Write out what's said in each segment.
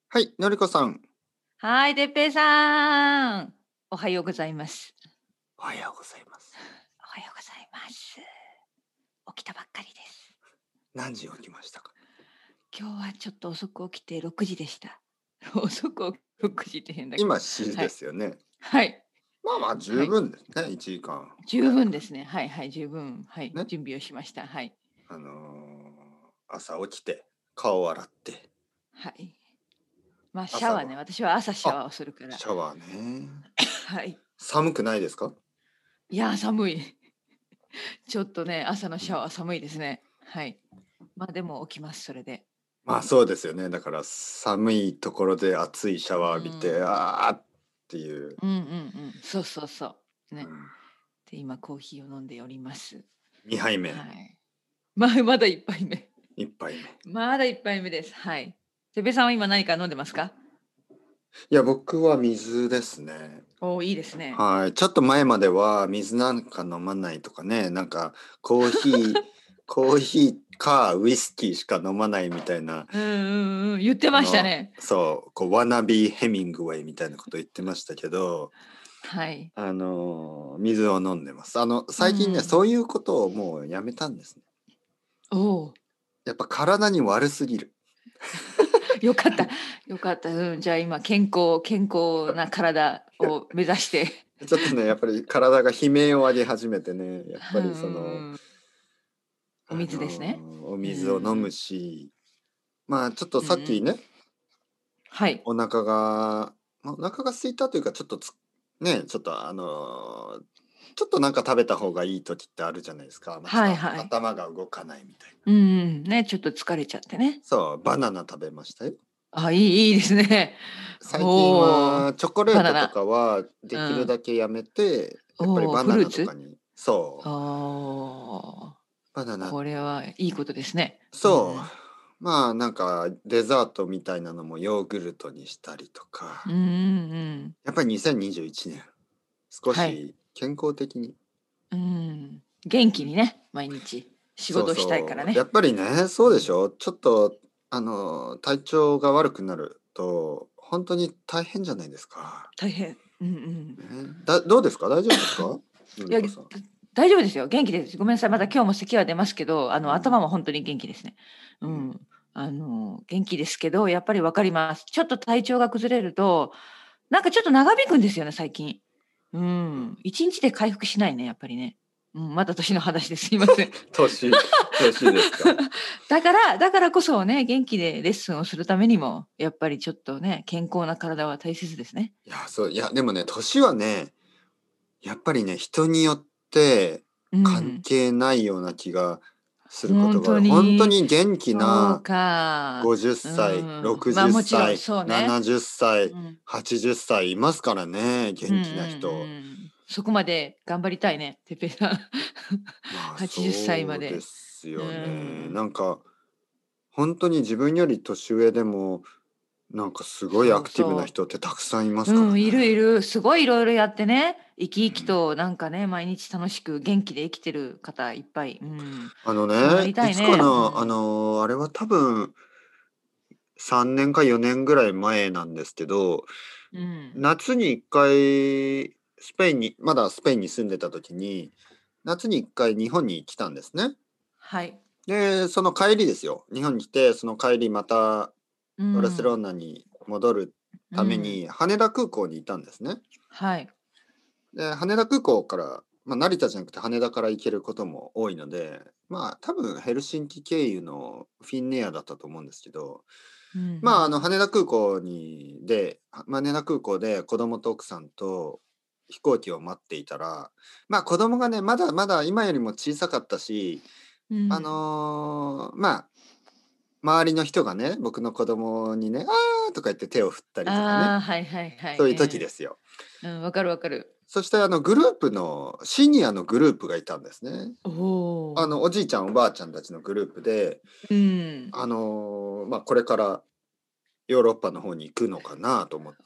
はい、のりこさん。 はい、てっぺいさん。おはようございます。 おはようございます。 おはようございます。起きたばっかりです。 何時起きましたか？ 今日はちょっと遅く起きて6時でした。遅く起き6時って変だけど。 今7時はい。 ですよね。 はい。 まあまあ十はい。 分ですね。1時間ぐ十らいあるか分ですね。はいはい、十分。はい。 らね。 準備をしました。はい。 朝起きて、顔を洗って、 はい。まあ、シャ朝ごはん。 ワーね。私は朝シャあ、 ワーをするから。 シャワーね。 はい。 寒くないですか？ いやー、寒い。ちょっとね、朝のうん。 シャワー寒いですね。はい。まあ、でも起きます、それで。 まあそうですよね。だから寒いところで熱いシャうワー浴びて、 ん。 あーっていう。 うんうんうん。そうそうそう。ね。 うん、 で、今コーヒーを飲んでおります。 2杯目、 はい。まだ1杯目。 1杯目。 まだ1杯目です。はい。てっぺいさんは今何か飲んでますか？ いや、僕は水ですね。 おお、いいですね。 はい。ちょっと前までは水なんか飲まないとかね、なんかコーヒー、コーヒーかウイスキーしか飲まないみたいな、 うんうんうん、言ってましたね。 そう、ワナビーヘミングウェイみたいなこと言ってましたけど、 はい。 水を飲んでます。 う最近ね、 ん。 そういうことをもうやめたんですね。 おお、 やっぱ体に悪すぎる。 よかった。よかった。うん、じゃあ今健康な体を目指して。 ちょっとね、やっぱり体が悲鳴を上げ始めてね、やっぱうんうりんうん。お水ですね。 おうんう水を飲むん。 し、まあちょっとうんうん。 さっきね、 はい。 お腹が、お腹が空いたというか、ちょっとね、ちょっとなんか食べた方がいい時ってあるじゃないですか。まあ、ちょっとはいはい。 頭が動かないみたいな。 うんうん。ね、ちょっと疲れちゃってね。 そう、バナナ食べましたよ。 あ、いいですね。 最近おお、 はチョコレートとバナナ。 かはできるうん。 だけやめて、やっぱりおお、 バナフルーツ？ ナとかに、そあう、 あ、 バナナ、 これはいいことですね。うんうそん。 う、まあなんかデザートみたいなのもヨーグルトにしたりとか、 うんうんうん。 やっぱり2021年、少はい。 し健康的に。 うん。元うん、 気にね、毎日仕そう事したいからそう。やね。 っぱりね、 うん。 そうでしょ。ちょっと、体調が悪くなると、本当に大変じゃないですか。 大変。うんうん。 ね、どうですか？大丈夫ですか？のいや、 りこさん。 大丈夫ですよ。元気です。ごめんなさい。まだ今日も咳は出ますけど、 うん。 頭も本当に元気ですね。ううん。 ん。元気ですけど、やっぱり分かります。ちょっと体調が崩れると、なんかちょっと長引くんですよね、最近。ううん。 ん。1日で回復しないね、やっぱりね。うん、まだ年の話ですいません。 年、年ですか？ だからこそね、元気でレッスンをするためにも、やっぱりちょっとね、健康な体は大切ですね。 いや、そう、いや、でもね、年はね、やっぱりね、人によって関うん。 係ないような気がすること本当がある。本当に、 に元気そうなか。 50 う歳、 ん。まあ、 60 もちろん歳、 そうね。 70歳、 うん。 80歳いますからね、 うんうん元気な人。 うん。そこまで頑張りたいね、てっぺいさん。 まあ 80歳まそうでで。うすよね。 ん。 なんか本当に自分より年上でも、なんかすごいアそうクティブなそ人ってたくさんいまう。 すからうん、いるいね。 る。すごいいろいろやってね、生き生きうん。 となんかね、毎日楽しく元気で生きてる方いっぱい。うん。 あのそうなりね、いつかたいね。うな、 ん。 あれは多分3年か4年ぐらい前なんですけど、 うん。 夏に1回まだスペインに住んでた時に、夏に1回日本に来たんですね。 はい。 で、その帰りですよ。日本に来て、その帰りまたうバルセロん。 ナに戻るためうん。 に羽田空港にいたんですね。 はい。 で、羽田空港から、まあ、成田じゃなくて羽田から行けることも多いので、まあ、多分ヘルシンキ経由のフィンネアだったと思うんですけど、 うんうまあ、 ん。 羽田空港で子供と奥さんと飛行機を待っていたら、まあ、子供がね、まだまだ今よりも小さかったし、 うん。 まあ、周りの人がね、僕の子供にね、「あー」とか言って手を振ったりとかね、 ああ、はいはいはい。 そういう時ですよ。 うん。うん、わかるわかる。 そしてグループのシニアのグループがいたんですね。 おお。 おじいちゃんおばあちゃんたちのグループで、 うん。 まあ、これからヨーロッパの方に行くのかなと思って、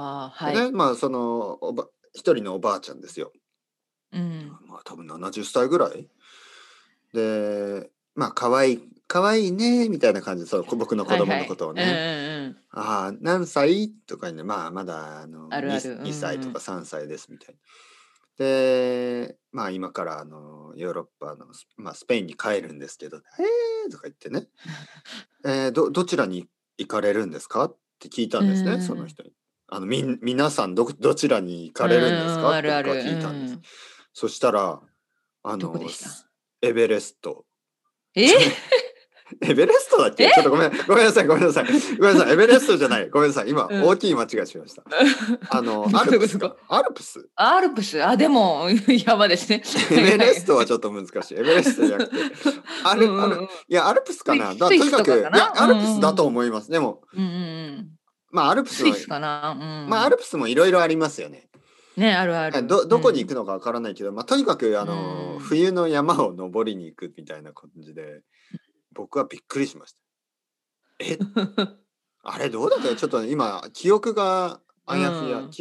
わあ、 でね、 はい。 まあ、一人のおばあちゃんですよ。 うん。 まあ、多分70歳ぐらいで、まあ、可愛いかわいいねみたいな感じで、そう、僕の子供のこはいはい。うんうんとをね、 うん。 ああ、何歳とかにね、まあ、まだ2、 あるある。うん 2歳とかうん。 3歳ですみたいな。で、まあ、今からヨーロッパのまあ、スペインに帰るんですけど、とか言ってね、どちらに行かれるんですかって聞いたうんんですね、そうんうん。 の人に。皆さんどちらに行かうんれるんですうんうん、 かって僕はあるある。うん聞いたんです。 うん。 そしたら、 どこでした？ エベレスト。 え？ エベレストだっえ？ け？ちょっとごめんなさいごめんなさい。ごめんなさい、エベレストじゃない。ごめんなさい。今、 うん。 大きい間違いしました。 どアこどこどこ？ ルプスか。アルプス。 アルプス、あ、でも、山ですね。 エベはいはい。 レストはちょっと難しい。エベレストじゃなくて、 うんうんうん。 いや、アルプスかな。とスイスとかかにかく、いや、 な？うんアルプスだうんうん。 と思います。でも、 うんうんうん。 まあ、アルプスの、 スイスかな？うまあ、アん。 ルプスもいろいろありますよね。 ね、あるある。 どこに行くうん。 のかわからないけど、まあ、とにかく、 うん。 冬の山を登りに行くみたいな感じで、僕はびっくりしました。え、あれどうだったよ。ちょっと今、 うん。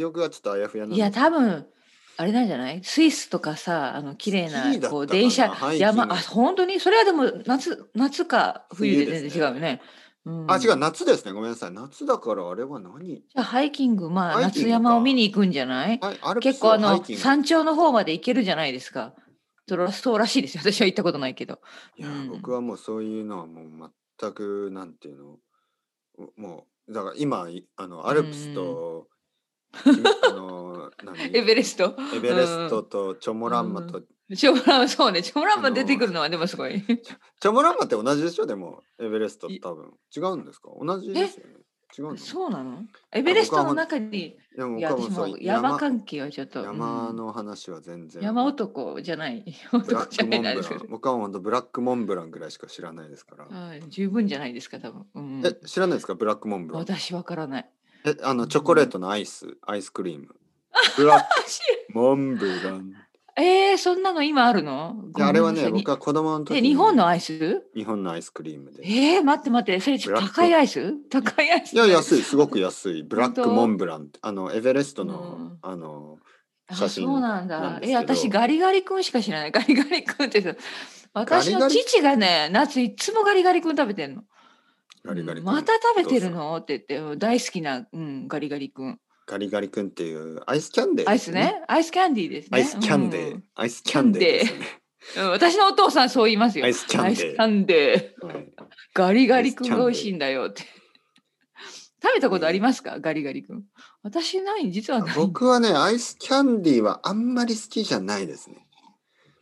記憶がちょっとあやふやいや、 なんですけど。 多分、あれなんじゃない？スイスとかさ、綺ス麗な、 キーだっこう、電車、 たかな、ハイキン山、あ、 グ。 ほんとに？それはでも、夏か冬冬で全ですね。 然違うよね。うあ、違う、 ん。 夏ですね。ごめんなさい。夏だからあれはじゃあ、ハイキング、まあ、 ハイキ夏山を見ングか。 に行くんじゃない？ はい、アルプ結構、 スをハイキング。 山頂の方まで行けるじゃないですか。 うん。 そうらしいですよ。私は行ったことないけど。 いや、僕うん。 はもうそういうのはもう全くなんていうの、もう、だから今、アうんルプスうん。 と、 エベレスト？ エベレストうんとチョモうん。 ランマと、 チョモランマ、そうね、チョモランマ出てあの、 くるのはでもすごい。 チョモランマって同じでしょ？でも、エベレストいと多分。違うんですか？同じでえ、 すよね。違うの？いそうなの？エベや、 レストの中に、 いや、 いや、私僕はもうそうも山関係はちょっと、う山ん、 の話は全然山男じゃない、 ブラック男じゃないモンブラン、 なんですけど、 僕はほんとブラックモンブランぐらいしか知らないですから。 はい、十分じゃないですか、多分。うん。 知らないですか？ブラックモンブラン。 私わからない。 チョコレーうん。 トのアイスクリーム。ブラックしモンブラン。 そんなの今あるの？ いや、あれはね、 ごめんなさい。 僕は子供の時に日本のアイス？ 日本のアイスクリームで、 待って待って、それちょっとブラック高いアイス？高いアイスいや、 って何？ 安い、すごく安い。ブラックモン本当？ ブランって、エベレストうの、 ん。 写あ、そう真なんだ。 なんですけ私ど、 ガリガリ君しか知らない。ガリガリ君ってさ、私のガリガリ父がね、夏いっつもガリガリ君食べてんの。 ガうん、 リガリ君、 また食べお父さん。 てるの？って言って、大好きな、うん、ガリガリ君。 ガリガリ君っていうアイスキャンデーですよね。 アイスね。アイスキャンディーですね。 アイスうキャンデー、 ん。 アイスキキャンャンデー。 デーですよね。 うん、私のお父さんそう言いますよ。 アイスキャアイスキャンデンデー。 ー。はい。 ガリガリアイスキ君が美味しいャンデんだよって。食べたことありー。 ますか？ガリガリ君。私ない、実はないんです。 僕はね、アイスキャンディーはあんまり好きじゃないですね。 うん。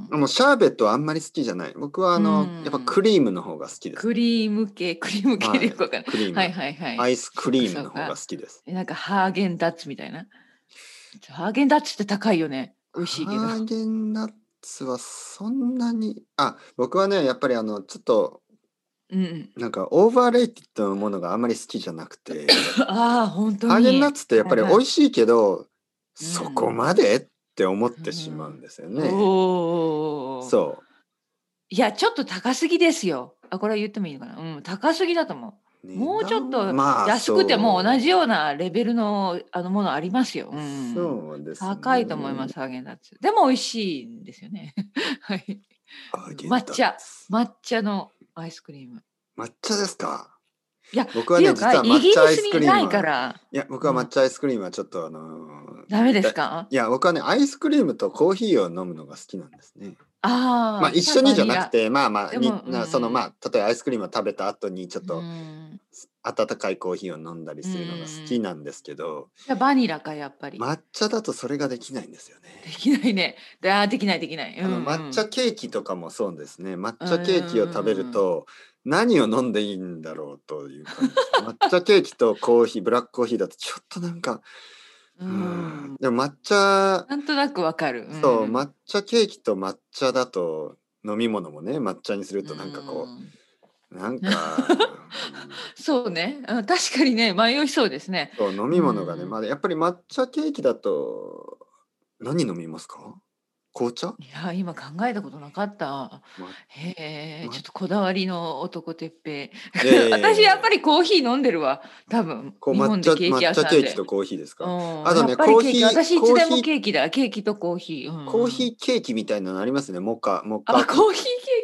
もうシャーベットはあんまり好きじゃない。僕はうやっぱん。 クリームの方が好きですね。 クリーム系はい。 でよくわかんない。はいクリーム。 はいはい。 アイスクそっかリームの方がそっか。 好きです。 なんかハーゲンダッツみたいな。ハーゲンダッツって高いよね。美味しいけど。 ハーゲンダッツはそんなに、僕はね、やっぱりちょっと、 うん。 なんかオーバーレイティッドのものがあんまり好きじゃなくて、 ああ、ほんとハーゲンダッに。 ツってやっぱり美はいはい。 味しいけど、そこうん。 までって思っうてしまうんん。 ですよおね。 お。 そいや、ちょっと高すぎですよ。あ、これは言ってもいいのかな。うん、高すぎだと思う。 う。 値もうちょっ段、 とまあ安くても同じようそなレベルの、ものありますよ。うう。 ん。 そうです高いと思いまね。 す、ハーゲンダッツ。でも美味しいんですよね。はい。 ハーゲンダッ抹茶ツ。 抹茶のアイスクリーム。 抹茶ですか？ いや、っ僕はね、 ていうか、 実はイギリ抹茶アイスクスにないかリームは、 ら、 いや、僕うん、 は抹茶アイスクリームはちょっとダメでだすか？ いや、僕はね、アイスクリームとコーヒーを飲むのが好きなんですね。まあ、 ああ、じゃあ一緒にじゃバニラ。 なくて、まあまあ、 でも、 まあ、例えばアイスクリームを食べた後にちょっうん、うとん、 温かいコーヒーを飲んだりうするのが好きん。 なんですけど、 じゃあバニラか、やっぱり。 抹茶だとそれができないんですよね。 できないね。できないできない。うんう抹茶ん。 ケーキとかもそうですね。抹う茶ケーキを食べるーん。 と、何を飲んでいいんだろうという感じです。抹茶ケーキとコーヒー、ブラックコーヒーだとちょっとなんか、 うーん。 でも抹茶、 なんとなくわかる。うそう、 ん。 抹茶ケーキと抹茶だと、飲み物もね、抹茶にするうとなんかこん。 う、なんか、 そうね。うん、確かにね、迷いそうですね。 そう、飲うみ物がね、 ん。 やっぱり抹茶ケーキだと、何飲みますか？紅茶？ いや、今考えたことなかった。 まへえ、ちょまっとこだわりの男てっぺいやいやい。 いやい私やっぱやいや。 りコーヒー飲んでるわ。多分。日本でケーキ抹屋さんで。 茶ケーキとコーヒーですか？ うん、やっあとね、 ぱりケーキ。私いつでもケーキだ。ケーキとコーヒー。うんうん。 コーヒーケーキみたいなのありますね。モカあ、 クッコーヒーケ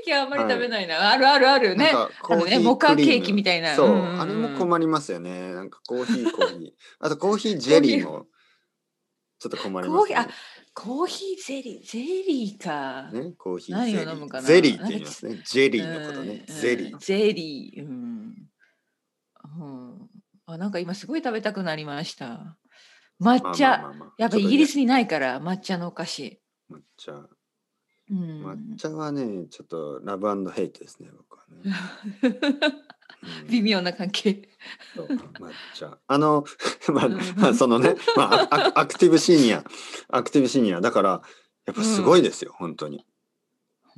ーキはあんまり食はい。 べないな。あるあるあるね。 なんかコーヒモークリーカケーキみム。 たいな。うんうんそう、あれもうん。 困りますよね。なんかコーヒー。あとコーヒージェコーヒー、 リーもちょっと困りまコーヒー、あ、 すね。 コーヒーゼリーか。 ね、コーヒー何をゼリー。 飲むかな。 ゼリーって言いますね。ジェリーのことね。ゼリゼリー。うん。あ、なんか今すごい食べたくなりました。 ー。まあまあ抹茶。 まあまあ。 やっぱちょっとにゃ、 イギリスにないから抹茶のお菓子。 抹茶。 う抹ん。 茶はね、ちょっとラブヘイトですね、僕はね。うん。 微妙な関係。 そう、抹茶。まあ、 うまあ、 ん。 そのね、まあ、アクティブシニア。アクティブシニア。だから、やっぱすごいうん。 ですよ、本当に。 うん。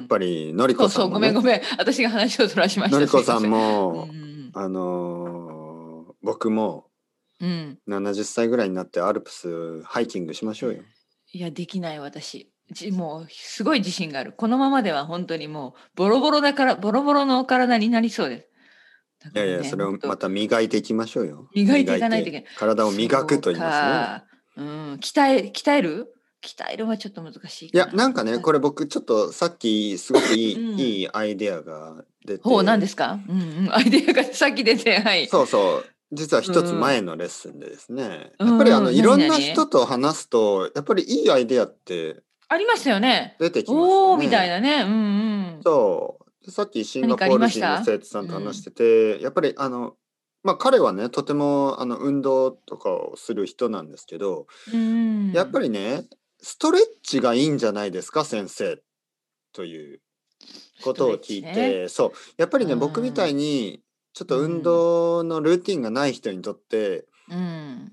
やっぱり、のりこそうそう、 さんもね、 ごめんごめん。私が話をそらしました。 のりこさんすいません。うも、 ん。 僕もうん。 70歳ぐらいになってアルプスハイキングしましょうよ。 いや、できない私。もうすごい自信がある。このままでは本当にもうボロボロだから、ボロボロのお体になりそうです。だいやいや、 からね、 それをまもっとた磨いていきましょうよ。 磨いてい磨いて。 かないといけない。 体を磨くそうと言いますね。 か。うん、鍛えるはちょっと難しいいや、なんかな。 かね、これ僕ちょっとさっきすごくうん。 いいアイデアが出ほう、何て、 ですか？うんうん。アイデアがさっき出て、はい。 そうそう、実はう一つん。 前のレッスンでですね、やっぱりうんうん。 いろ何んな人何と話すと、やっぱりいいアイデアってありましたよね。 出てきますよおー、みたいね。 なね。うんうん。 そう。でさっきシンガ何かありポール人のました？ 生徒さんうん。 と話してて、やっぱりまあ彼はね、とても運動とかをする人なんですけど、 うやっぱん。 りね、ストレッチがいいんじゃないですか、先生、ということをストレッ聞いて、 チね。 そう、やっぱりうね、僕みたいん。 に、ちょっうと運ん。 動のルーティンがない人にとって、 うん。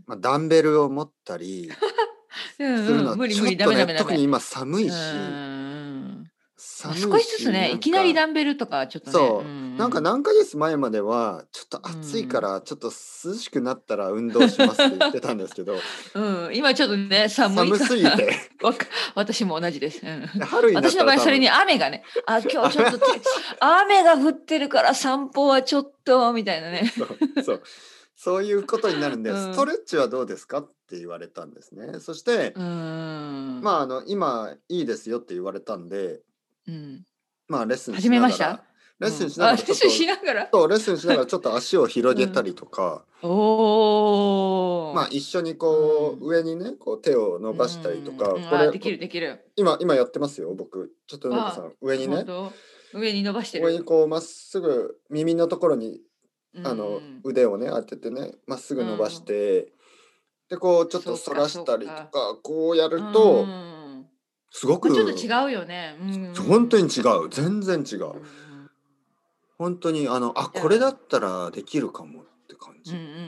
まあ、ダンベルを持ったりうんうん。 するのは無理無理、ダちょっとね、 メダメダメ。 特に今寒いうし、 ん。まあ、 寒い少しずつし、 ね、 なんか、 いきなりダンベルとかちょっとね、うんそう、なんか何ヶ月前までは、ちょっとうん。 暑いから、ちょっと涼しくなったら運動しますって言ってたんですけど、 うん、今ちょっとね、寒い寒かすぎて、 ら私も同じです。うん。 春になっ私の場合それにたら多分、 雨がね、今日ちょっと雨が降ってるから散歩はちょっとみたいなね。 そう、そういうことになるんで、ストうん。 レッチはどうですかって言われたんですね。そして、 うーん。 まあ、今いいですよって言われたんで、 うん。 まあ、レッスン始しめました？ ながら、レッスンうん。 しながレッスンしらちょっと、 ながら？ そう、レッスンしながらちょっと足を広うん。 げたりとか、まあ、 おお。 一緒にうこう、 ん。 上にね、こう手を伸うばしたりとん。 か、 うん、あ、できるできる。 今やってますよ、僕。ちょっとのりこさあ、 ん、上にね、 本当？上に伸ばしてる？ 上にこう、まっすぐ耳のところに、 うんうん。 腕をね、当ててね、まっすぐ伸ばしうん。 て、で、こう、ちょっとそうか反らしたりとそうか。 か、こうやうると、 ん。 すごまあ、ちょっとく、 違うよね。うん本当にうん違う。全然違うん。うう。 ん。 本当に、これだじゃあ、 ったらできるかもって感じ。 うんうんうん。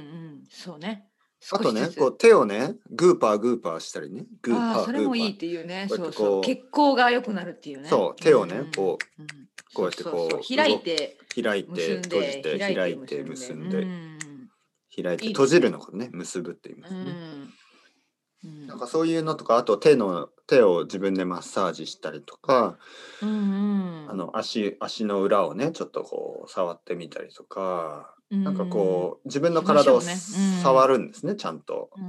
そうね。 あとね、こ少しずつ。 う手をね、グーパーしたりね、グーああ、 パー、 それもいいグーパー。 っていうね。 こうやってそうそう。 こう、 血行が良くなるっていうね。 そう、 うんう手をね、 んうん。 こうやってそうそうそう。 こう、開いて、 開閉じて、 いて開いて、 結んで。う結んで、 ん。 開いて、閉じるいいですね。 のことね、結ぶって言いまうすね。 ん。うん。 なんかそういうのとか、あと手を自分でマッサージしたりとか、 うんうん。 足の裏をね、ちょっとこう、触ってみたりとか、 うなんかん。 こう、自分のしまし体をょうね。うん。 触るんですね、ちゃんと。 うん。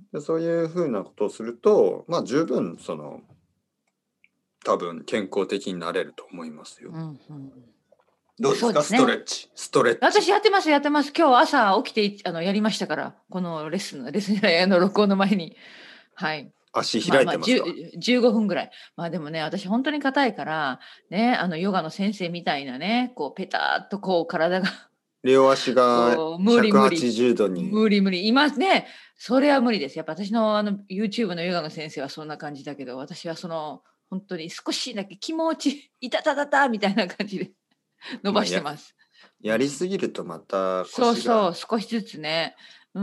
で、そういうふうなことをすると、まあ十分、多分健康的になれると思いますよ。 うんうん。 どうですか、ストレそうですね。 ッチ。ストレッチ。 私やってますやってます。今日朝起きてやりましたから、このレッスンじゃない、録音の前に。はい。 足まあまあ、 開いてますか？ 15分ぐらい。まあでもね、私本当に硬いから、ね、ヨガの先生みたいなね、こうペタッとこう体が両足がこう、無理無理。 180度に。 無理無理。今ね、それは無理です。やっぱ私のYouTube のヨガの先生はそんな感じだけど、私は本当に少しだけ気持ち、いたたたたみたいな感じで伸まあ、 ばしてます。 やりすぎるとまたそうそう、 腰が。 少しずつね。うん。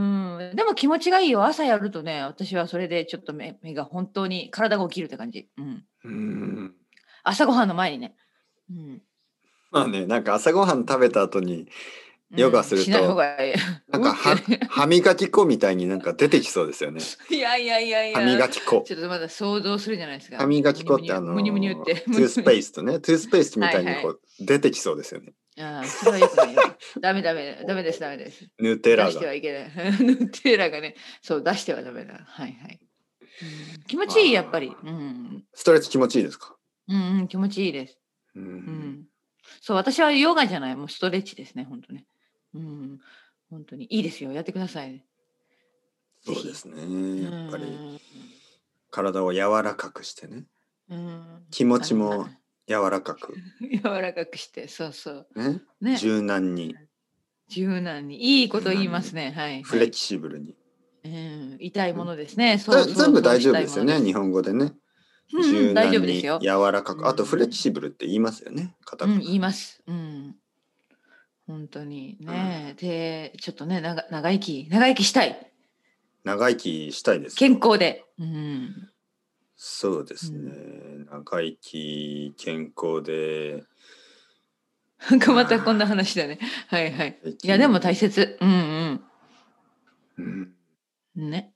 でも気持ちがいいよ。朝やるとね、私はそれでちょっと目が本当に体が起きるって感じ。うん。 うーん。 朝ごはんの前にね。うん。 まあね、なんか朝ごはん食べた後にヨガうん。しない方すると、 がいい。 なんかうって歯磨き粉みたいになんか出てきそうですよね。 いやいやいやい歯や、 磨き粉。 ちょっとまだ想像するじゃないです歯か。 磨き粉ってむにゅむにゅって、 トゥースペーストね。トゥースペーストみはいはい。 たいにこう出てきそうですよね。 ああ、それは良くないよ。ダメダメ、ダメですダメです。 ヌテ出してラが。 はいけない。ヌテーラがね、そう出してはダメだ。はいはい。うん、気持ちいいやっぱり。 まあ、 うん。 ストレッチ気持ちいいですか？ うんうん、気持ちいいです。 ううんん。そう、私はヨガじゃない、もうストレッチですね、本当ね。うん、本当にいいですよ。やってください。ぜひ。 そうですうね。やっぱりん、 体を柔らかくしてね。 うん。 気持あの、なちも柔らかく、 柔らかくして、そうそう。 ね。 ね、 柔軟に、 柔軟に、いいこと言い柔軟に、 ますね。はいはい。 フレキシブルに。 うん、痛いもね、 のですね。そうそうそう、 全部大丈夫したいですよね。日ものです。 本語でね。 うんうん、 柔大丈軟に、 夫ですよ。 柔らかうく。あとフレキん、 シブルって言いますよね。カタうん、 カ言います。うん、本当にナ。うん、 ね。で、ちょっとね、長生きしたい。 長生きしたいですよ。 健康で。うん、 そうですね。 うん。 長生き、健康で、 なんかまたこんなあ話だね。はい長はい。 生いや、でも大き、 切。うんうん、 うん。ね。